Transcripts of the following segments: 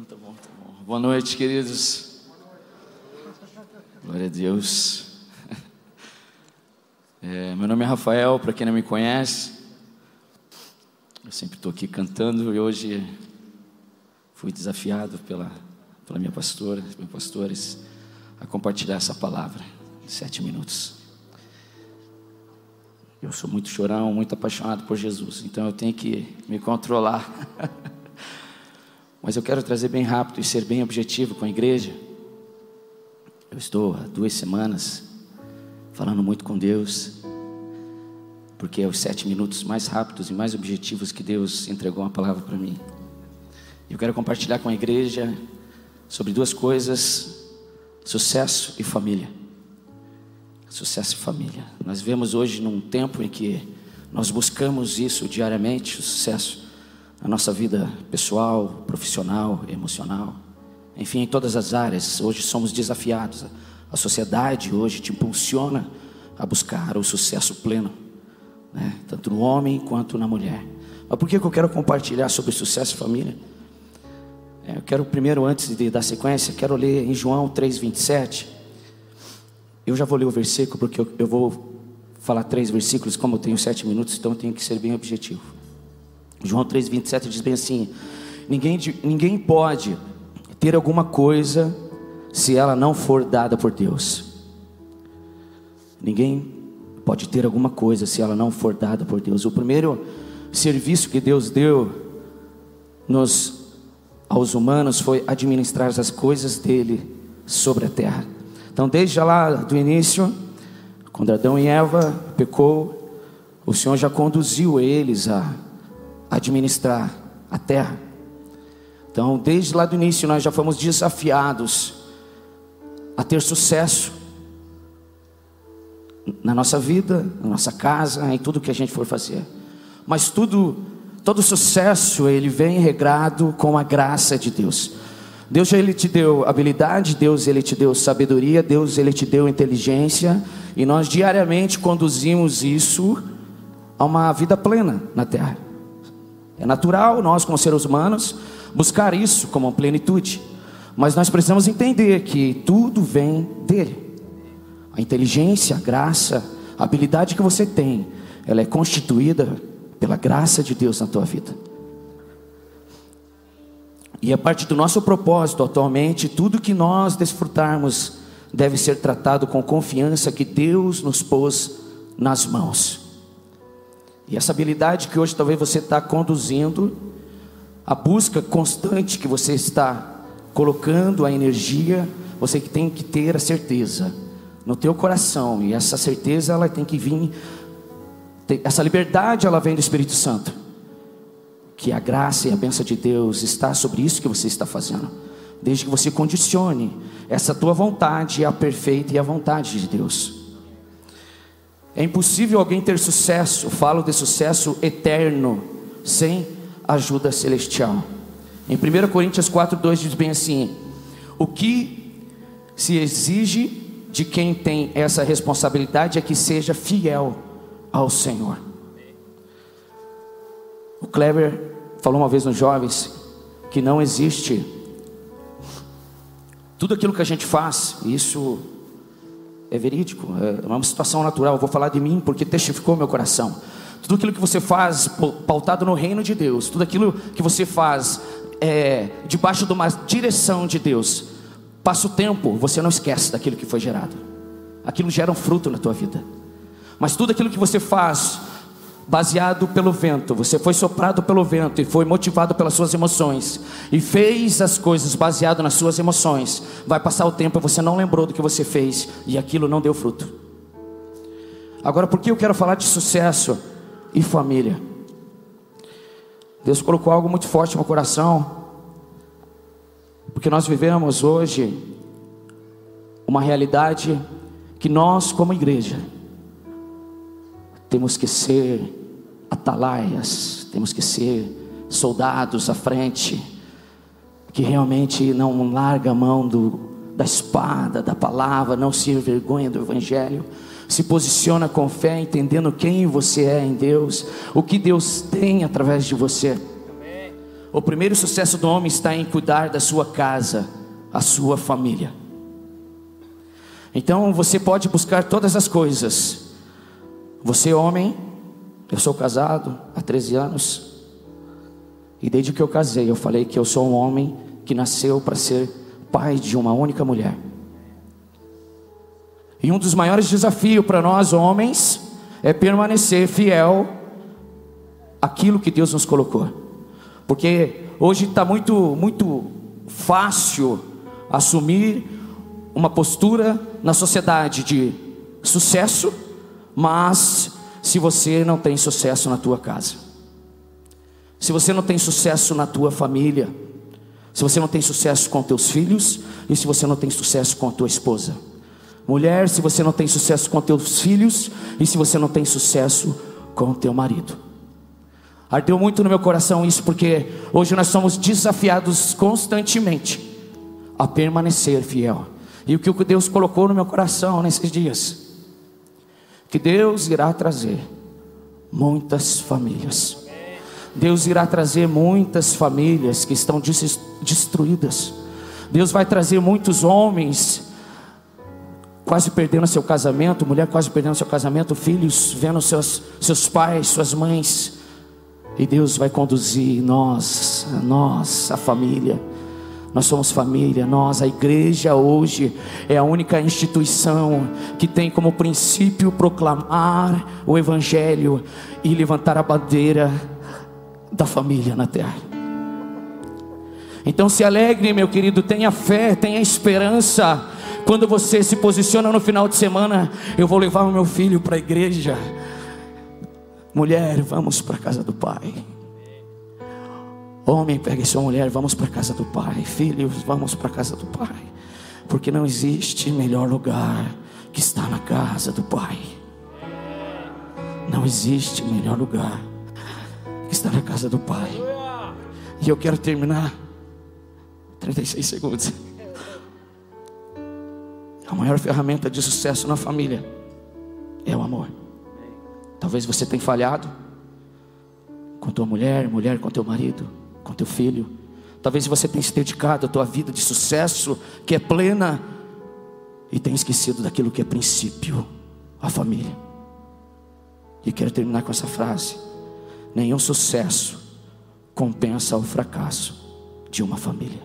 tá bom. Boa noite, queridos. Glória a Deus. Meu nome é Rafael, para quem não me conhece. Eu sempre estou aqui cantando e hoje fui desafiado pela minha pastora, meus pastores, a compartilhar essa palavra de 7 minutos. Eu sou muito chorão, muito apaixonado por Jesus, então eu tenho que me controlar. Mas eu quero trazer bem rápido e ser bem objetivo com a igreja. Eu estou há 2 semanas falando muito com Deus, porque é os 7 minutos mais rápidos e mais objetivos que Deus entregou uma palavra para mim. Eu quero compartilhar com a igreja sobre 2 coisas: sucesso e família. Sucesso e família. Nós vivemos hoje num tempo em que nós buscamos isso diariamente, o sucesso na nossa vida pessoal, profissional, emocional, enfim, em todas as áreas. Hoje somos desafiados. A sociedade hoje te impulsiona a buscar o sucesso pleno, né? Tanto no homem quanto na mulher. Mas por que eu quero compartilhar sobre sucesso e família? Eu quero primeiro, antes de dar sequência, quero ler em João 3,27. Eu já vou ler o versículo, porque eu vou falar 3 versículos, como eu tenho 7 minutos, então eu tenho que ser bem objetivo. João 3,27 diz bem assim: ninguém pode ter alguma coisa se ela não for dada por Deus. Ninguém pode ter alguma coisa se ela não for dada por Deus. O primeiro serviço que Deus deu aos humanos foi administrar as coisas dele sobre a terra. Então, desde lá do início, quando Adão e Eva pecou, o Senhor já conduziu eles a administrar a terra. Então, desde lá do início, nós já fomos desafiados a ter sucesso na nossa vida, na nossa casa, em tudo que a gente for fazer. Mas todo sucesso, ele vem regrado com a graça de Deus. Deus, ele te deu habilidade, Deus, ele te deu sabedoria, Deus, ele te deu inteligência, e nós diariamente conduzimos isso a uma vida plena na terra. É natural nós, como seres humanos, buscar isso como uma plenitude, mas nós precisamos entender que tudo vem dele. A inteligência, a graça, a habilidade que você tem, ela é constituída pela graça de Deus na tua vida. E a parte do nosso propósito atualmente, tudo que nós desfrutarmos deve ser tratado com confiança que Deus nos pôs nas mãos. E essa habilidade que hoje talvez você está conduzindo, a busca constante que você está colocando, a energia, você que tem que ter a certeza no teu coração, e essa certeza ela tem que vir, essa liberdade ela vem do Espírito Santo, que a graça e a bênção de Deus está sobre isso que você está fazendo, desde que você condicione essa tua vontade à perfeita e à vontade de Deus. É impossível alguém ter sucesso, falo de sucesso eterno, sem ajuda celestial. Em 1 Coríntios 4,2 diz bem assim: o que se exige de quem tem essa responsabilidade é que seja fiel ao Senhor. O Kleber falou uma vez nos jovens que não existe tudo aquilo que a gente faz, isso é verídico, é uma situação natural. Eu vou falar de mim porque testificou meu coração. Tudo aquilo que você faz pautado no reino de Deus, tudo aquilo que você faz debaixo de uma direção de Deus, passa o tempo, você não esquece daquilo que foi gerado. Aquilo gera um fruto na tua vida. Mas tudo aquilo que você faz baseado pelo vento, você foi soprado pelo vento e foi motivado pelas suas emoções e fez as coisas baseado nas suas emoções, vai passar o tempo e você não lembrou do que você fez e aquilo não deu fruto. Agora, por que eu quero falar de sucesso e família? Deus colocou algo muito forte no meu coração, porque nós vivemos hoje uma realidade que nós, como igreja, temos que ser atalaias, temos que ser soldados à frente, que realmente não larga a mão da espada, da palavra, não se envergonha do evangelho, se posiciona com fé, entendendo quem você é em Deus, o que Deus tem através de você. O primeiro sucesso do homem está em cuidar da sua casa, a sua família. Então você pode buscar todas as coisas. Você homem, eu sou casado há 13 anos. E desde que eu casei, eu falei que eu sou um homem que nasceu para ser pai de uma única mulher. E um dos maiores desafios para nós homens é permanecer fiel àquilo que Deus nos colocou. Porque hoje está muito fácil assumir uma postura na sociedade de sucesso, mas se você não tem sucesso na tua casa, se você não tem sucesso na tua família, se você não tem sucesso com teus filhos, e se você não tem sucesso com a tua esposa, mulher, se você não tem sucesso com teus filhos, e se você não tem sucesso com teu marido. Ardeu muito no meu coração isso, porque hoje nós somos desafiados constantemente a permanecer fiel. E o que Deus colocou no meu coração nesses dias, que Deus irá trazer muitas famílias. Deus irá trazer muitas famílias que estão destruídas. Deus vai trazer muitos homens quase perdendo seu casamento, mulher quase perdendo seu casamento, filhos vendo seus pais, suas mães. E Deus vai conduzir nós, a família. Nós somos família, a igreja hoje é a única instituição que tem como princípio proclamar o evangelho e levantar a bandeira da família na terra. Então se alegre, meu querido, tenha fé, tenha esperança. Quando você se posiciona no final de semana, eu vou levar o meu filho para a igreja. Mulher, vamos para a casa do pai. Homem, pegue sua mulher, vamos para a casa do pai. Filhos, vamos para a casa do pai. Porque não existe melhor lugar que estar na casa do pai. Não existe melhor lugar que estar na casa do pai. E eu quero terminar 36 segundos. A maior ferramenta de sucesso na família é o amor. Talvez você tenha falhado com tua mulher, mulher com teu marido, com teu filho. Talvez você tenha se dedicado à tua vida de sucesso, que é plena, e tenha esquecido daquilo que é princípio, a família. E quero terminar com essa frase: nenhum sucesso compensa o fracasso de uma família.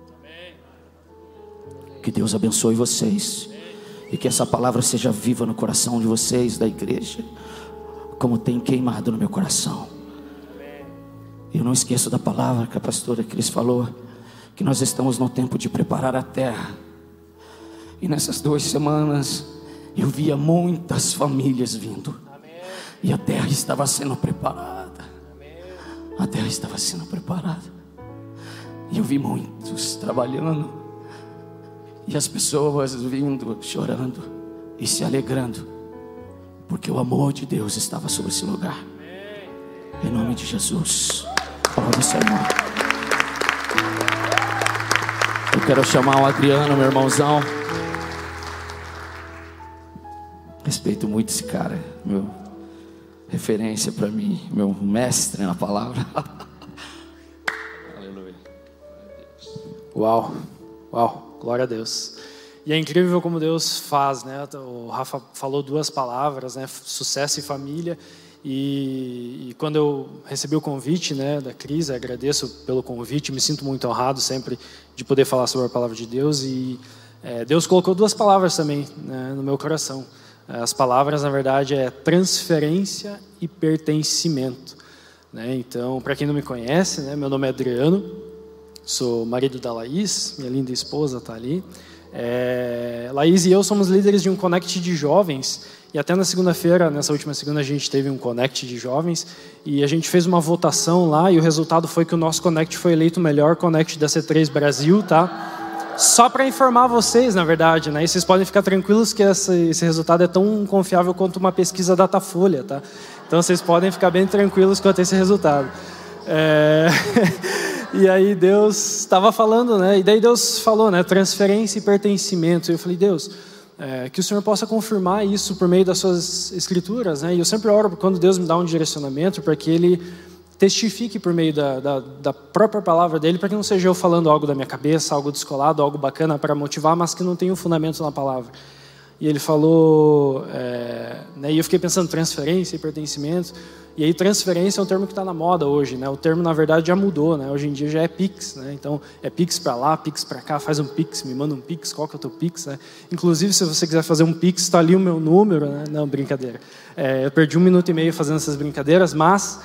Que Deus abençoe vocês, e que essa palavra seja viva no coração de vocês da igreja, como tem queimado no meu coração. Eu não esqueço da palavra que a pastora Cris falou, que nós estamos no tempo de preparar a terra. E nessas 2 semanas eu via muitas famílias vindo. E a terra estava sendo preparada. A terra estava sendo preparada. E eu vi muitos trabalhando. E as pessoas vindo, chorando e se alegrando, porque o amor de Deus estava sobre esse lugar. Em nome de Jesus. Aplauda seu irmão. Eu quero chamar o Adriano, meu irmãozão. Respeito muito esse cara, meu referência para mim, meu mestre na palavra. Aleluia. Uau, glória a Deus. E é incrível como Deus faz, né? O Rafa falou 2 palavras, né? Sucesso e família. E quando eu recebi o convite, né, da Cris, agradeço pelo convite, me sinto muito honrado sempre de poder falar sobre a palavra de Deus. E Deus colocou 2 palavras também, né, no meu coração. As palavras, na verdade, é transferência e pertencimento, né? Então, para quem não me conhece, né, meu nome é Adriano, sou marido da Laís, minha linda esposa está ali. Laís e eu somos líderes de um Connect de jovens. E até na segunda-feira, nessa última segunda, a gente teve um Connect de jovens. E a gente fez uma votação lá. E o resultado foi que o nosso Connect foi eleito o melhor Connect da C3 Brasil, tá? Só para informar vocês, na verdade, né? E vocês podem ficar tranquilos que esse resultado é tão confiável quanto uma pesquisa Datafolha, tá? Então vocês podem ficar bem tranquilos quanto a esse resultado. E aí Deus estava falando, né? E daí Deus falou, né? Transferência e pertencimento. E eu falei, Deus, que o Senhor possa confirmar isso por meio das suas escrituras, né? E eu sempre oro quando Deus me dá um direcionamento, para que Ele testifique por meio da própria palavra dele, para que não seja eu falando algo da minha cabeça, algo descolado, algo bacana para motivar, mas que não tenha um fundamento na palavra. E ele falou, né, e eu fiquei pensando transferência e pertencimento. E aí transferência é um termo que está na moda hoje, né? O termo na verdade já mudou, né? Hoje em dia já é Pix, né? Então é Pix para lá, Pix para cá, faz um Pix, me manda um Pix, qual que é o teu Pix, né? Inclusive se você quiser fazer um Pix, está ali o meu número, né? Não, brincadeira. Eu perdi 1 minuto e meio fazendo essas brincadeiras, mas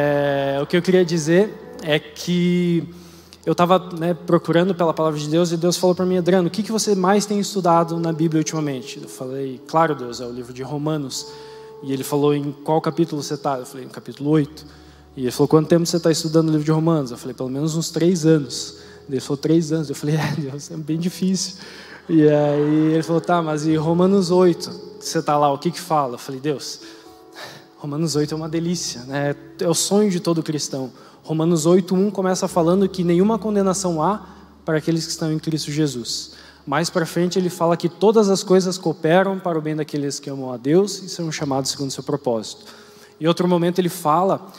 o que eu queria dizer é que eu estava, né, procurando pela palavra de Deus e Deus falou para mim, Adriano, o que você mais tem estudado na Bíblia ultimamente? Eu falei, claro Deus, é o livro de Romanos. E ele falou, em qual capítulo você está? Eu falei, no capítulo 8. E ele falou, quanto tempo você está estudando o livro de Romanos? Eu falei, pelo menos uns 3 anos. Ele falou, 3 anos. Eu falei, Deus, é bem difícil. E aí ele falou, tá, mas e Romanos 8? Você está lá, o que fala? Eu falei, Deus, Romanos 8 é uma delícia, né? É o sonho de todo cristão. Romanos 8:1 começa falando que nenhuma condenação há para aqueles que estão em Cristo Jesus. Mais para frente ele fala que todas as coisas cooperam para o bem daqueles que amam a Deus e são chamados segundo o seu propósito. Em outro momento ele fala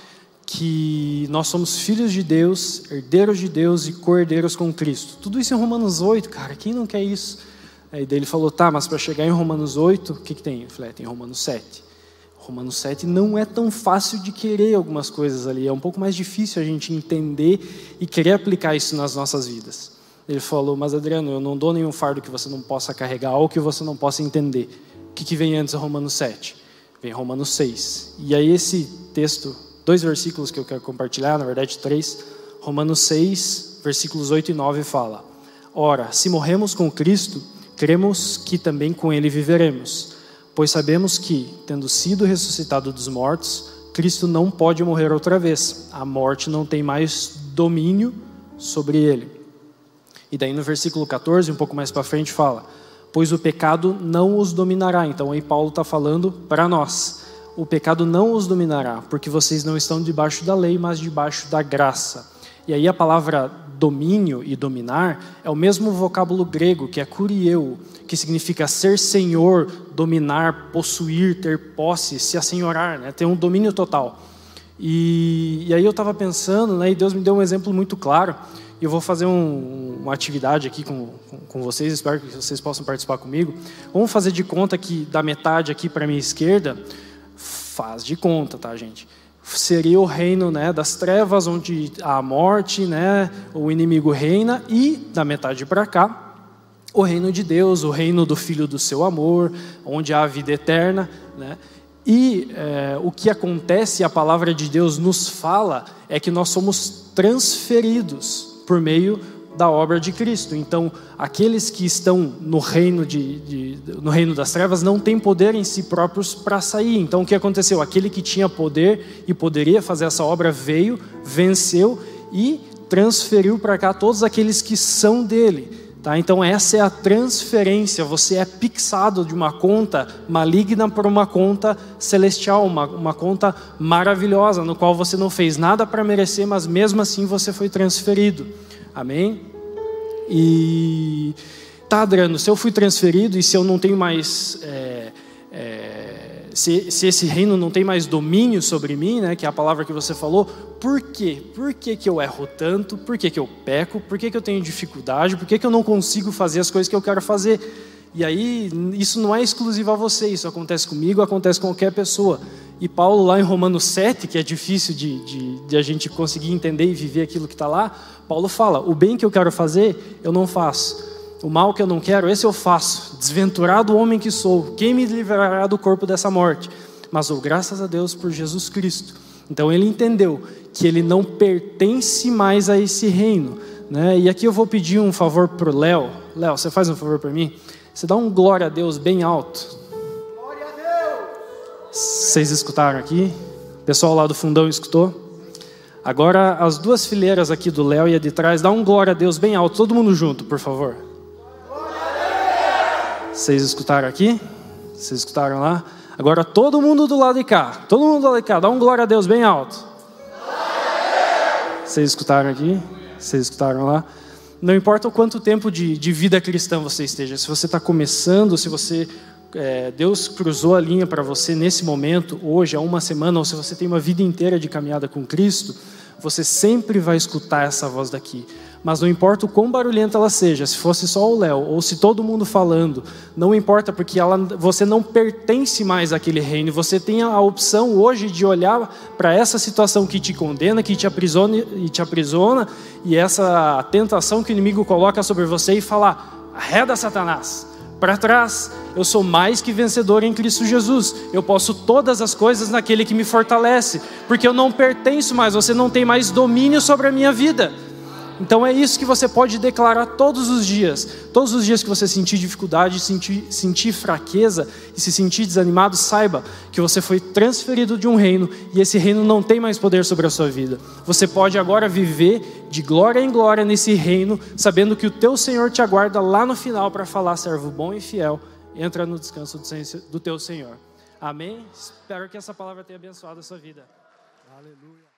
que nós somos filhos de Deus, herdeiros de Deus e co-herdeiros com Cristo. Tudo isso em Romanos 8, cara, quem não quer isso? Aí daí ele falou, tá, mas para chegar em Romanos 8, o que tem? Eu falei, tem Romanos 7. Romanos 7 não é tão fácil de querer algumas coisas ali, é um pouco mais difícil a gente entender e querer aplicar isso nas nossas vidas. Ele falou, mas Adriano, eu não dou nenhum fardo que você não possa carregar ou que você não possa entender. O que vem antes de Romanos 7? Vem Romanos 6. E aí esse texto, 2 versículos que eu quero compartilhar, na verdade 3, Romanos 6, versículos 8 e 9 fala, ora, se morremos com Cristo, cremos que também com Ele viveremos, pois sabemos que, tendo sido ressuscitado dos mortos, Cristo não pode morrer outra vez, a morte não tem mais domínio sobre Ele. E daí no versículo 14, um pouco mais para frente, fala, pois o pecado não os dominará. Então aí Paulo está falando para nós, o pecado não os dominará, porque vocês não estão debaixo da lei, mas debaixo da graça. E aí a palavra domínio e dominar é o mesmo vocábulo grego, que é kurieu, que significa ser senhor, dominar, possuir, ter posse, se assenhorar, né? Ter um domínio total. E aí eu estava pensando, né, e Deus me deu um exemplo muito claro. E eu vou fazer uma atividade aqui com vocês, espero que vocês possam participar comigo. Vamos fazer de conta que da metade aqui para a minha esquerda, faz de conta, tá, gente? Seria o reino, né, das trevas, onde há a morte, né, o inimigo reina, e da metade para cá, o reino de Deus, o reino do Filho do seu amor, onde há a vida eterna, né? E o que acontece, a palavra de Deus nos fala, é que nós somos transferidos por meio da obra de Cristo. Então, aqueles que estão no reino, no reino das trevas não têm poder em si próprios para sair. Então, o que aconteceu? Aquele que tinha poder e poderia fazer essa obra veio, venceu e transferiu para cá todos aqueles que são dele. Tá? Então essa é a transferência, você é pixado de uma conta maligna para uma conta celestial, uma conta maravilhosa, no qual você não fez nada para merecer, mas mesmo assim você foi transferido, amém? E tá, Adriano, se eu fui transferido e se eu não tenho mais, se esse reino não tem mais domínio sobre mim, né, que é a palavra que você falou, por quê? Por que eu erro tanto? Por que eu peco? Por que eu tenho dificuldade? Por que eu não consigo fazer as coisas que eu quero fazer? E aí, isso não é exclusivo a você, isso acontece comigo, acontece com qualquer pessoa. E Paulo lá em Romanos 7, que é difícil de a gente conseguir entender e viver aquilo que está lá, Paulo fala, o bem que eu quero fazer, eu não faço. O mal que eu não quero, esse eu faço. Desventurado homem que sou, quem me livrará do corpo dessa morte? Mas graças a Deus por Jesus Cristo. Então ele entendeu que ele não pertence mais a esse reino, né? E aqui eu vou pedir um favor para o Léo. Léo, você faz um favor para mim? Você dá um glória a Deus bem alto. Glória a Deus! Vocês escutaram aqui? O pessoal lá do fundão escutou? Agora as 2 fileiras aqui do Léo e a de trás, dá um glória a Deus bem alto. Todo mundo junto, por favor. Vocês escutaram aqui? Vocês escutaram lá? Agora todo mundo do lado de cá. Todo mundo do lado de cá. Dá um glória a Deus bem alto. Vocês escutaram aqui? Vocês escutaram lá? Não importa o quanto tempo de vida cristã você esteja. Se você está começando, se você Deus cruzou a linha para você nesse momento, hoje, há uma semana, ou se você tem uma vida inteira de caminhada com Cristo, você sempre vai escutar essa voz daqui. Mas não importa o quão barulhenta ela seja, se fosse só o Léo, ou se todo mundo falando, não importa, porque você não pertence mais àquele reino. Você tem a opção hoje de olhar para essa situação que te condena, que te aprisiona, e essa tentação que o inimigo coloca sobre você e falar: arreda, Satanás, para trás, eu sou mais que vencedor em Cristo Jesus, eu posso todas as coisas naquele que me fortalece, porque eu não pertenço mais, você não tem mais domínio sobre a minha vida. Então é isso que você pode declarar todos os dias que você sentir dificuldade, sentir fraqueza e se sentir desanimado, saiba que você foi transferido de um reino e esse reino não tem mais poder sobre a sua vida. Você pode agora viver de glória em glória nesse reino, sabendo que o teu Senhor te aguarda lá no final para falar: servo bom e fiel, entra no descanso do teu Senhor. Amém? Espero que essa palavra tenha abençoado a sua vida. Aleluia.